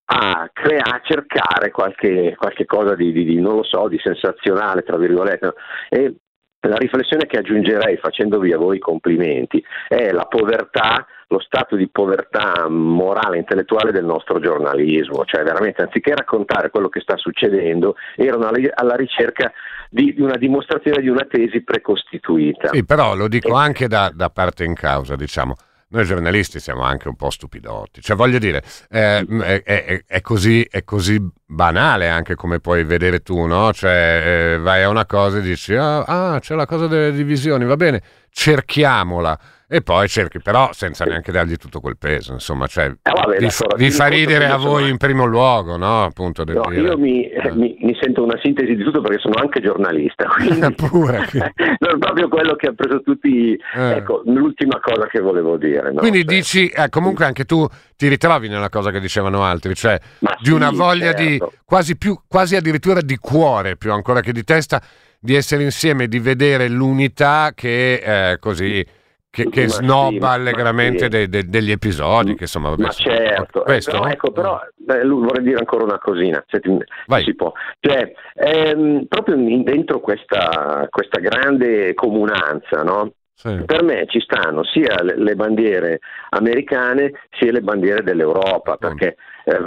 a creare, a cercare qualche, qualche cosa di, di, di, non lo so, di sensazionale, tra virgolette, no? E la riflessione che aggiungerei, facendovi a voi i complimenti, è la povertà, lo stato di povertà morale e intellettuale del nostro giornalismo. Cioè veramente, anziché raccontare quello che sta succedendo, erano alla ricerca di una dimostrazione di una tesi precostituita. Sì, però lo dico anche da, da parte in causa, diciamo. Noi giornalisti siamo anche un po' stupidotti, cioè voglio dire, eh, è, è, è, così, è così banale anche come puoi vedere tu, no? Cioè eh, vai a una cosa e dici, ah, ah c'è la cosa delle divisioni, va bene, cerchiamola, e poi cerchi, però senza neanche dargli tutto quel peso, insomma, cioè eh, vabbè, vi, vi fa ridere a voi in primo luogo, no? Appunto, no, dire. Io mi, eh. mi, mi sento una sintesi di tutto, perché sono anche giornalista, quindi pure non è proprio quello che ha preso tutti. Eh. Ecco, l'ultima cosa che volevo dire, no? Quindi cioè, dici, eh, comunque anche tu ti ritrovi nella cosa che dicevano altri, cioè Ma di sì, una voglia certo. di quasi più, quasi addirittura di cuore, più ancora che di testa, di essere insieme, di vedere l'unità che eh, così che, che snobba sì, allegramente sì. de, de, degli episodi, che insomma vabbè, ma certo, questo, però, ecco, però eh, vorrei dire ancora una cosina, se ti, si può. Cioè, ehm, proprio dentro questa, questa grande comunanza, no? Sì. Per me ci stanno sia le, le bandiere americane sia le bandiere dell'Europa, perché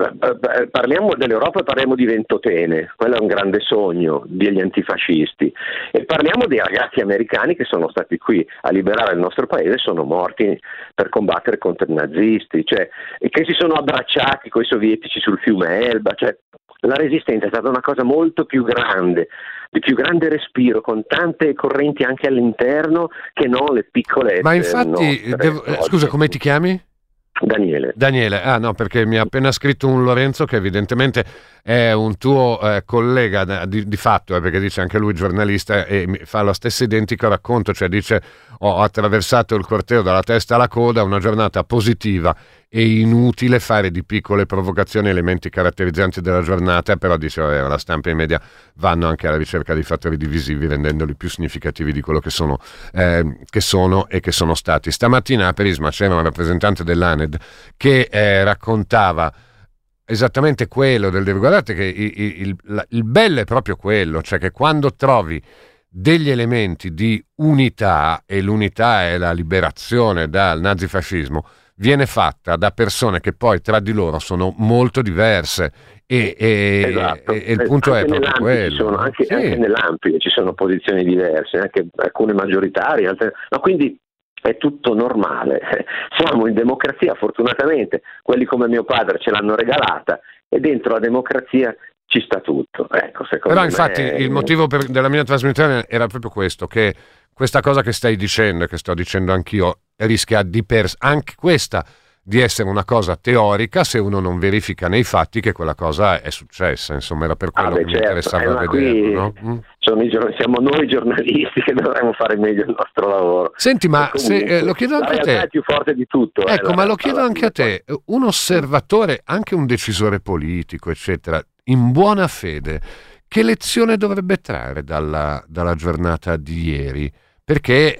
eh, parliamo dell'Europa e parliamo di Ventotene, quello è un grande sogno degli antifascisti, e parliamo dei ragazzi americani che sono stati qui a liberare il nostro paese e sono morti per combattere contro i nazisti, cioè, e che si sono abbracciati con i sovietici sul fiume Elba, cioè la resistenza è stata una cosa molto più grande, di più grande respiro, con tante correnti anche all'interno che non le piccole. Ma infatti, devo, eh, scusa, come ti chiami? Daniele. Daniele, ah no, perché mi ha appena scritto un Lorenzo che evidentemente è un tuo eh, collega di, di fatto, eh, perché dice anche lui giornalista e mi fa lo stesso identico racconto, cioè dice ho attraversato il corteo dalla testa alla coda, una giornata positiva e inutile fare di piccole provocazioni elementi caratterizzanti della giornata, però dice eh, la stampa e i media vanno anche alla ricerca di fattori divisivi rendendoli più significativi di quello che sono, eh, che sono e che sono stati. Stamattina a Prisma c'era un rappresentante dell'ANED che eh, raccontava esattamente quello del guardate che il, il, il, il bello è proprio quello, cioè che quando trovi degli elementi di unità, e l'unità è la liberazione dal nazifascismo, viene fatta da persone che poi tra di loro sono molto diverse e, e, esatto. e, e il punto anche è proprio quello. Ci sono, anche, sì. anche nell'ampio ci sono posizioni diverse, anche alcune maggioritarie, altre no, quindi è tutto normale. Siamo in democrazia, fortunatamente, quelli come mio padre ce l'hanno regalata e dentro la democrazia ci sta tutto. Ecco, Però infatti è... il motivo per, della mia trasmissione era proprio questo, che questa cosa che stai dicendo e che sto dicendo anch'io rischia di per anche questa di essere una cosa teorica se uno non verifica nei fatti che quella cosa è successa, insomma era per quello ah beh, che certo. mi interessava eh, vederlo, no? mm. sono i, siamo noi giornalisti che dovremmo fare meglio il nostro lavoro. Senti, ma comunque, se, eh, lo chiedo anche a te, è più forte di tutto, ecco, eh, ma lo chiedo anche a te, un osservatore, anche un decisore politico eccetera, in buona fede, che lezione dovrebbe trarre dalla, dalla giornata di ieri? Perché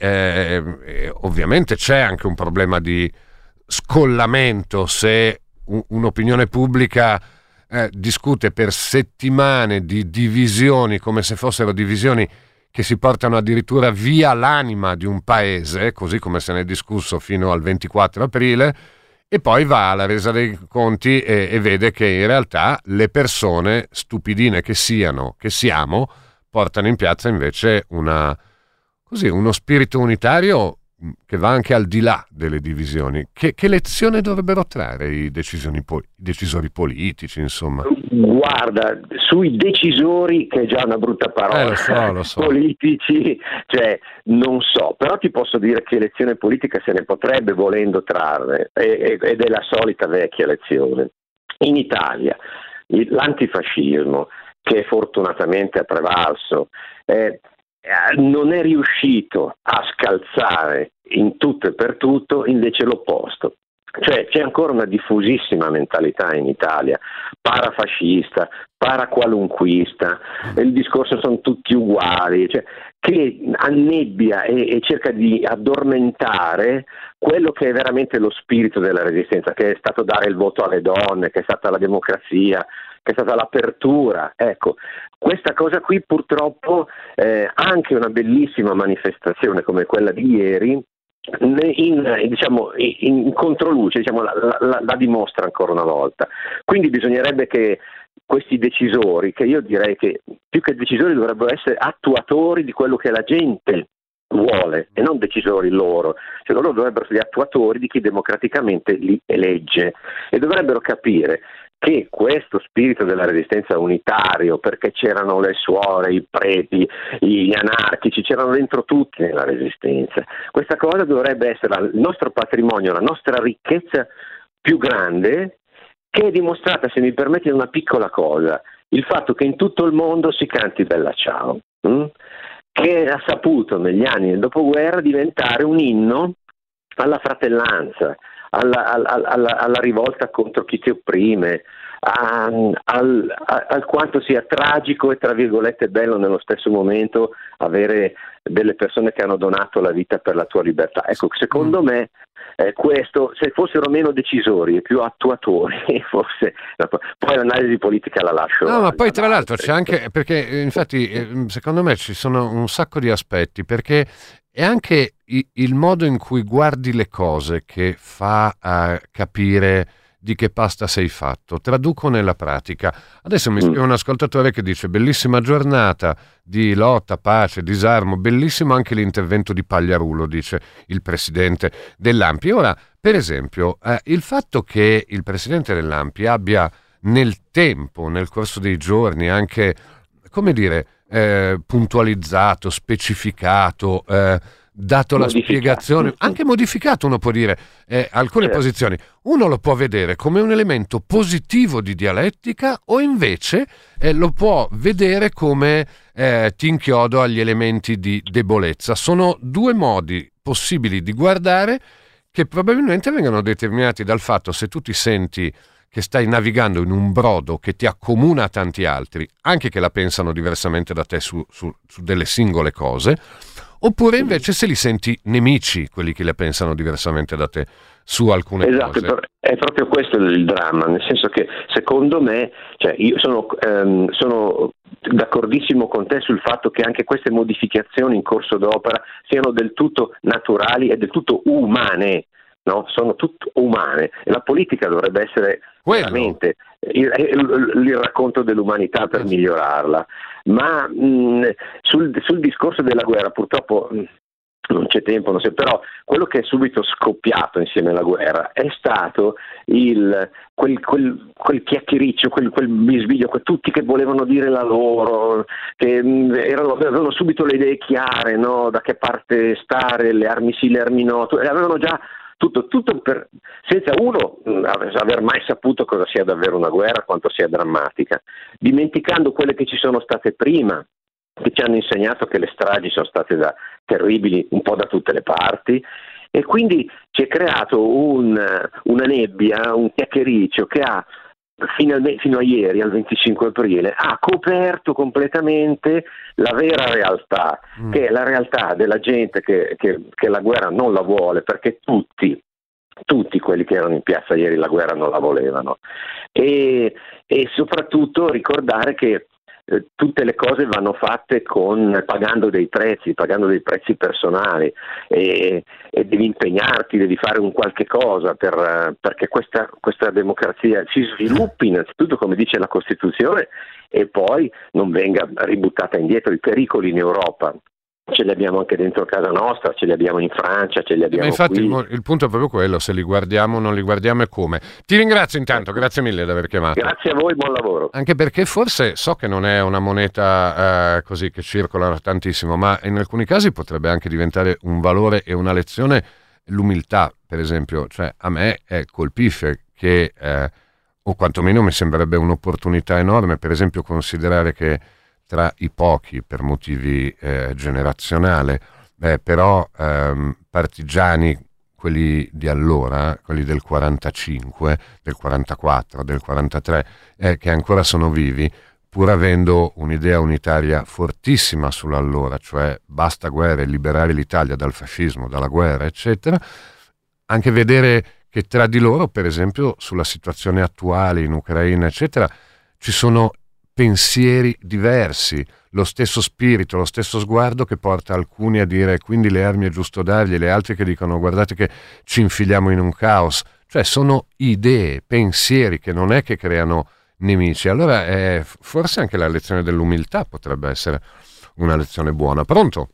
eh, ovviamente c'è anche un problema di scollamento se un, un'opinione pubblica eh, discute per settimane di divisioni come se fossero divisioni che si portano addirittura via l'anima di un paese, così come se ne è discusso fino al ventiquattro aprile, e poi va alla resa dei conti e, e vede che in realtà le persone, stupidine che siano, che siamo, portano in piazza invece una, così, uno spirito unitario che va anche al di là delle divisioni. Che, che lezione dovrebbero trarre i, decisioni po- i decisori politici, insomma? Guarda, sui decisori, che è già una brutta parola, eh, lo so, lo so. politici, cioè non so, però ti posso dire che lezione politica se ne potrebbe volendo trarre, ed è la solita vecchia lezione. In Italia l'antifascismo, che fortunatamente ha prevalso, eh, non è riuscito a scalzare in tutto e per tutto invece l'opposto. Cioè c'è ancora una diffusissima mentalità in Italia, parafascista, paraqualunquista, il discorso sono tutti uguali, cioè, che annebbia e, e cerca di addormentare quello che è veramente lo spirito della resistenza, che è stato dare il voto alle donne, che è stata la democrazia, che è stata l'apertura. Ecco, questa cosa qui purtroppo eh, anche una bellissima manifestazione come quella di ieri in, diciamo, in controluce, diciamo, la, la, la dimostra ancora una volta. Quindi bisognerebbe che questi decisori, che io direi che più che decisori dovrebbero essere attuatori di quello che la gente vuole e non decisori loro, cioè loro dovrebbero essere gli attuatori di chi democraticamente li elegge e dovrebbero capire che questo spirito della resistenza unitario, perché c'erano le suore, i preti, gli anarchici, c'erano dentro tutti nella resistenza, questa cosa dovrebbe essere il nostro patrimonio, la nostra ricchezza più grande, che è dimostrata, se mi permetti, in una piccola cosa, il fatto che in tutto il mondo si canti Bella Ciao, hm? che ha saputo negli anni del dopoguerra diventare un inno alla fratellanza, alla, alla, alla, alla rivolta contro chi ti opprime, a, al, a, al quanto sia tragico e tra virgolette bello nello stesso momento avere delle persone che hanno donato la vita per la tua libertà. Ecco, secondo me eh, questo, se fossero meno decisori e più attuatori, forse poi l'analisi politica la lascio. No, ma poi tra l'altro c'è anche, perché infatti secondo me ci sono un sacco di aspetti, perché è anche il modo in cui guardi le cose che fa uh, capire di che pasta sei fatto. Traduco nella pratica. Adesso mi scrive un ascoltatore che dice: bellissima giornata di lotta, pace, disarmo, bellissimo anche l'intervento di Pagliarulo, dice il presidente dell'A N P I. Ora, per esempio, eh, il fatto che il presidente dell'A N P I abbia nel tempo, nel corso dei giorni, anche, come dire, eh, puntualizzato, specificato, eh, dato la spiegazione, anche modificato, uno può dire, eh, alcune certo. posizioni, uno lo può vedere come un elemento positivo di dialettica o invece eh, lo può vedere come eh, ti inchiodo agli elementi di debolezza. Sono due modi possibili di guardare che probabilmente vengono determinati dal fatto se tu ti senti che stai navigando in un brodo che ti accomuna a tanti altri, anche che la pensano diversamente da te su, su, su delle singole cose, oppure invece se li senti nemici, quelli che le pensano diversamente da te su alcune esatto, cose. È proprio questo il dramma, nel senso che secondo me, cioè io sono, ehm, sono d'accordissimo con te sul fatto che anche queste modificazioni in corso d'opera siano del tutto naturali e del tutto umane. No, sono tutte umane e la politica dovrebbe essere Quello. veramente il, il, il racconto dell'umanità per migliorarla, ma mh, sul, sul discorso della guerra purtroppo mh, non c'è tempo, non so, però quello che è subito scoppiato insieme alla guerra è stato il, quel, quel, quel chiacchiericcio, quel, quel bisbiglio, quel, tutti che volevano dire la loro, che mh, erano, avevano subito le idee chiare, no? Da che parte stare, le armi sì, le armi no, avevano già Tutto, tutto per, senza uno aver mai saputo cosa sia davvero una guerra, quanto sia drammatica, dimenticando quelle che ci sono state prima, che ci hanno insegnato che le stragi sono state da, terribili un po' da tutte le parti, e quindi si è creato un, una nebbia, un chiacchiericcio che ha finalmente, fino a ieri, al venticinque aprile, ha coperto completamente la vera realtà, mm. che è la realtà della gente che, che, che la guerra non la vuole, perché tutti, tutti quelli che erano in piazza ieri la guerra non la volevano, e, e soprattutto ricordare che eh, tutte le cose vanno fatte con pagando dei prezzi, pagando dei prezzi personali e, e devi impegnarti, devi fare un qualche cosa per, perché questa, questa democrazia si sviluppi innanzitutto come dice la Costituzione e poi non venga ributtata indietro. I pericoli in Europa ce li abbiamo anche dentro casa nostra, ce li abbiamo in Francia, ce li abbiamo Ma infatti qui. Il, il punto è proprio quello, se li guardiamo o non li guardiamo e come. Ti ringrazio intanto, grazie mille di aver chiamato. Grazie a voi, buon lavoro. Anche perché forse so che non è una moneta eh, così che circola tantissimo, ma in alcuni casi potrebbe anche diventare un valore e una lezione l'umiltà, per esempio. Cioè a me eh, colpisce che, eh, o quantomeno mi sembrerebbe un'opportunità enorme, per esempio considerare che tra i pochi, per motivi eh, generazionali, eh, però ehm, partigiani, quelli di allora, quelli del quarantacinque, del quarantaquattro, del quarantatré, eh, che ancora sono vivi, pur avendo un'idea unitaria fortissima sull'allora, cioè basta guerra e liberare l'Italia dal fascismo, dalla guerra, eccetera, anche vedere che tra di loro, per esempio, sulla situazione attuale in Ucraina, eccetera, ci sono pensieri diversi, lo stesso spirito, lo stesso sguardo che porta alcuni a dire quindi le armi è giusto dargliele, altri che dicono guardate che ci infiliamo in un caos. Cioè sono idee, pensieri che non è che creano nemici. Allora eh, forse anche la lezione dell'umiltà potrebbe essere una lezione buona. Pronto?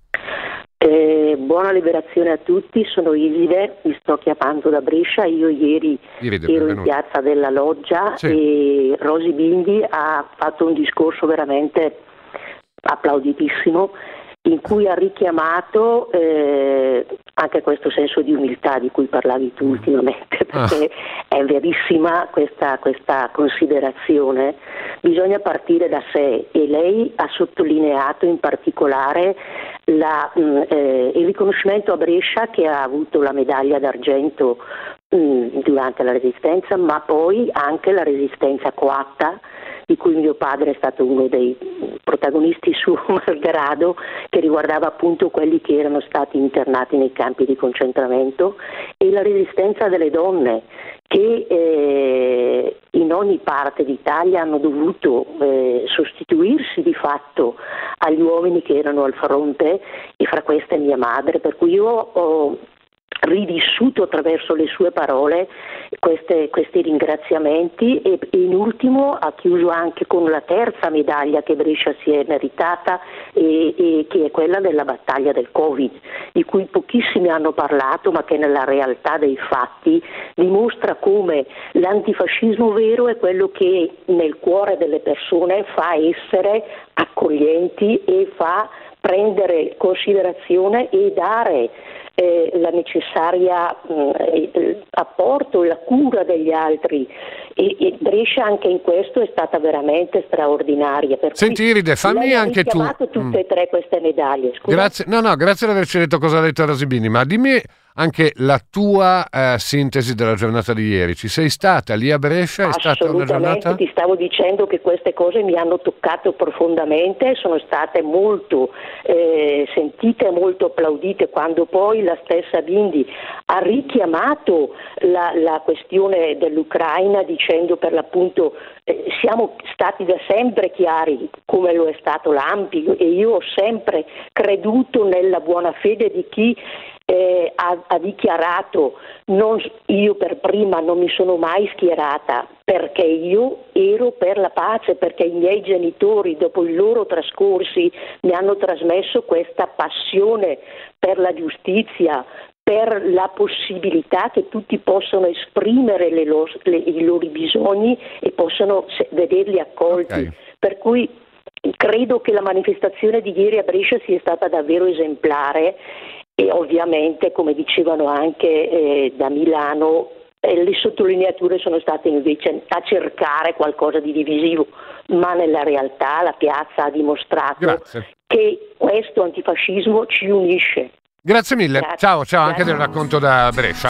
Eh, buona liberazione a tutti, sono Iside, mi sto chiamando da Brescia. Io ieri Iride, ero benvenuto. in piazza della Loggia Sì. e Rosy Bindi ha fatto un discorso veramente applauditissimo in cui ha richiamato eh, anche questo senso di umiltà di cui parlavi tu ultimamente, perché ah. è verissima questa, questa considerazione. Bisogna partire da sé e lei ha sottolineato in particolare la, mh, eh, il riconoscimento a Brescia, che ha avuto la medaglia d'argento mh, durante la Resistenza, ma poi anche la Resistenza coatta, di cui mio padre è stato uno dei protagonisti su Malgrado, che riguardava appunto quelli che erano stati internati nei campi di concentramento, e la resistenza delle donne che eh, in ogni parte d'Italia hanno dovuto eh, sostituirsi di fatto agli uomini che erano al fronte, e fra queste mia madre, per cui io ho rivissuto attraverso le sue parole queste, questi ringraziamenti, e in ultimo ha chiuso anche con la terza medaglia che Brescia si è meritata, e, e che è quella della battaglia del Covid, di cui pochissimi hanno parlato, ma che nella realtà dei fatti dimostra come l'antifascismo vero è quello che nel cuore delle persone fa essere accoglienti e fa prendere considerazione e dare eh, la necessaria mh, apporto e la cura degli altri, e, e Brescia anche in questo è stata veramente straordinaria. Per Senti Iride, fammi anche tu. Hai tutte mm. e tre queste medaglie. Scusa. Grazie, no, no, grazie di averci detto cosa ha detto Rosy Bindi, ma dimmi anche la tua eh, sintesi della giornata di ieri. Ci sei stata lì a Brescia? È stata una giornata? Ti stavo dicendo che queste cose mi hanno toccato profondamente, sono state molto eh, sentite, molto applaudite, quando poi la stessa Bindi ha richiamato la, la questione dell'Ucraina, dicendo per l'appunto eh, siamo stati da sempre chiari, come lo è stato l'A M P I, e io ho sempre creduto nella buona fede di chi Eh, ha, ha dichiarato non, io per prima non mi sono mai schierata, perché io ero per la pace, perché i miei genitori dopo i loro trascorsi mi hanno trasmesso questa passione per la giustizia, per la possibilità che tutti possano esprimere le lo, le, i loro bisogni e possano vederli accolti. Okay. Per cui credo che la manifestazione di ieri a Brescia sia stata davvero esemplare. E ovviamente, come dicevano anche eh, da Milano, eh, le sottolineature sono state invece a cercare qualcosa di divisivo, ma nella realtà la piazza ha dimostrato Grazie. Che questo antifascismo ci unisce. Grazie mille, Grazie. ciao, ciao Grazie. Anche del racconto da Brescia.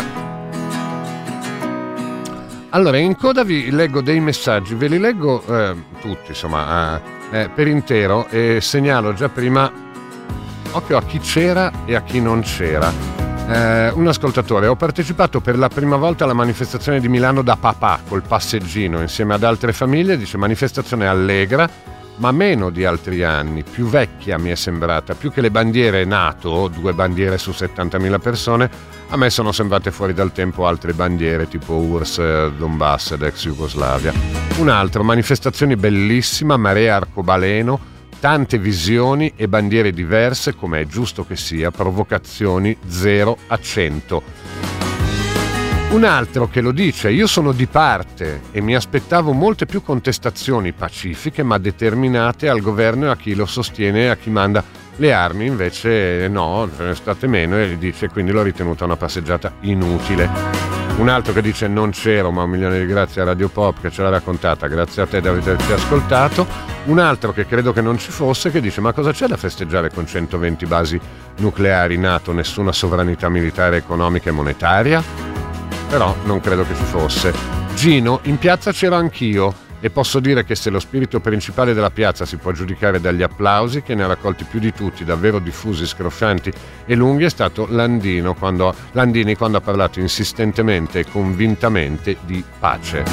Allora, in coda vi leggo dei messaggi, ve li leggo eh, tutti, insomma, eh, per intero, e segnalo già prima occhio a chi c'era e a chi non c'era. Eh, un ascoltatore: ho partecipato per la prima volta alla manifestazione di Milano da papà col passeggino insieme ad altre famiglie, dice manifestazione allegra, ma meno di altri anni, più vecchia mi è sembrata, più che le bandiere NATO, due bandiere su settantamila persone, a me sono sembrate fuori dal tempo altre bandiere tipo U R S S, Donbass ed ex Jugoslavia. Un altro, manifestazioni bellissima, marea arcobaleno, tante visioni e bandiere diverse, come è giusto che sia, provocazioni zero a cento. Un altro che lo dice: io sono di parte e mi aspettavo molte più contestazioni pacifiche ma determinate al governo e a chi lo sostiene e a chi manda le armi, invece no, ce ne state meno, e dice quindi l'ho ritenuta una passeggiata inutile. Un altro che dice: non c'ero, ma un milione di grazie a Radio Pop che ce l'ha raccontata, grazie a te di averci ascoltato. Un altro che credo che non ci fosse, che dice: ma cosa c'è da festeggiare con centoventi basi nucleari NATO, nessuna sovranità militare, economica e monetaria? Però non credo che ci fosse. Gino: in piazza c'ero anch'io e posso dire che se lo spirito principale della piazza si può giudicare dagli applausi, che ne ha raccolti più di tutti, davvero diffusi, scroscianti e lunghi, è stato Landino quando, Landini quando ha parlato insistentemente e convintamente di pace.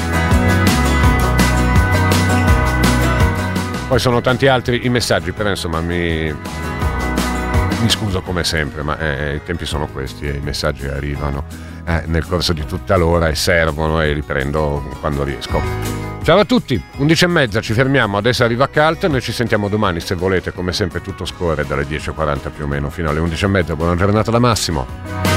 Poi sono tanti altri i messaggi, però insomma mi... Mi scuso come sempre, ma eh, i tempi sono questi e i messaggi arrivano eh, nel corso di tutta l'ora e servono, e li prendo quando riesco. Ciao a tutti, undici e mezza, ci fermiamo, adesso arriva Cult, noi ci sentiamo domani se volete, come sempre tutto scorre dalle dieci e quaranta più o meno fino alle undici e mezza. Buona giornata da Massimo.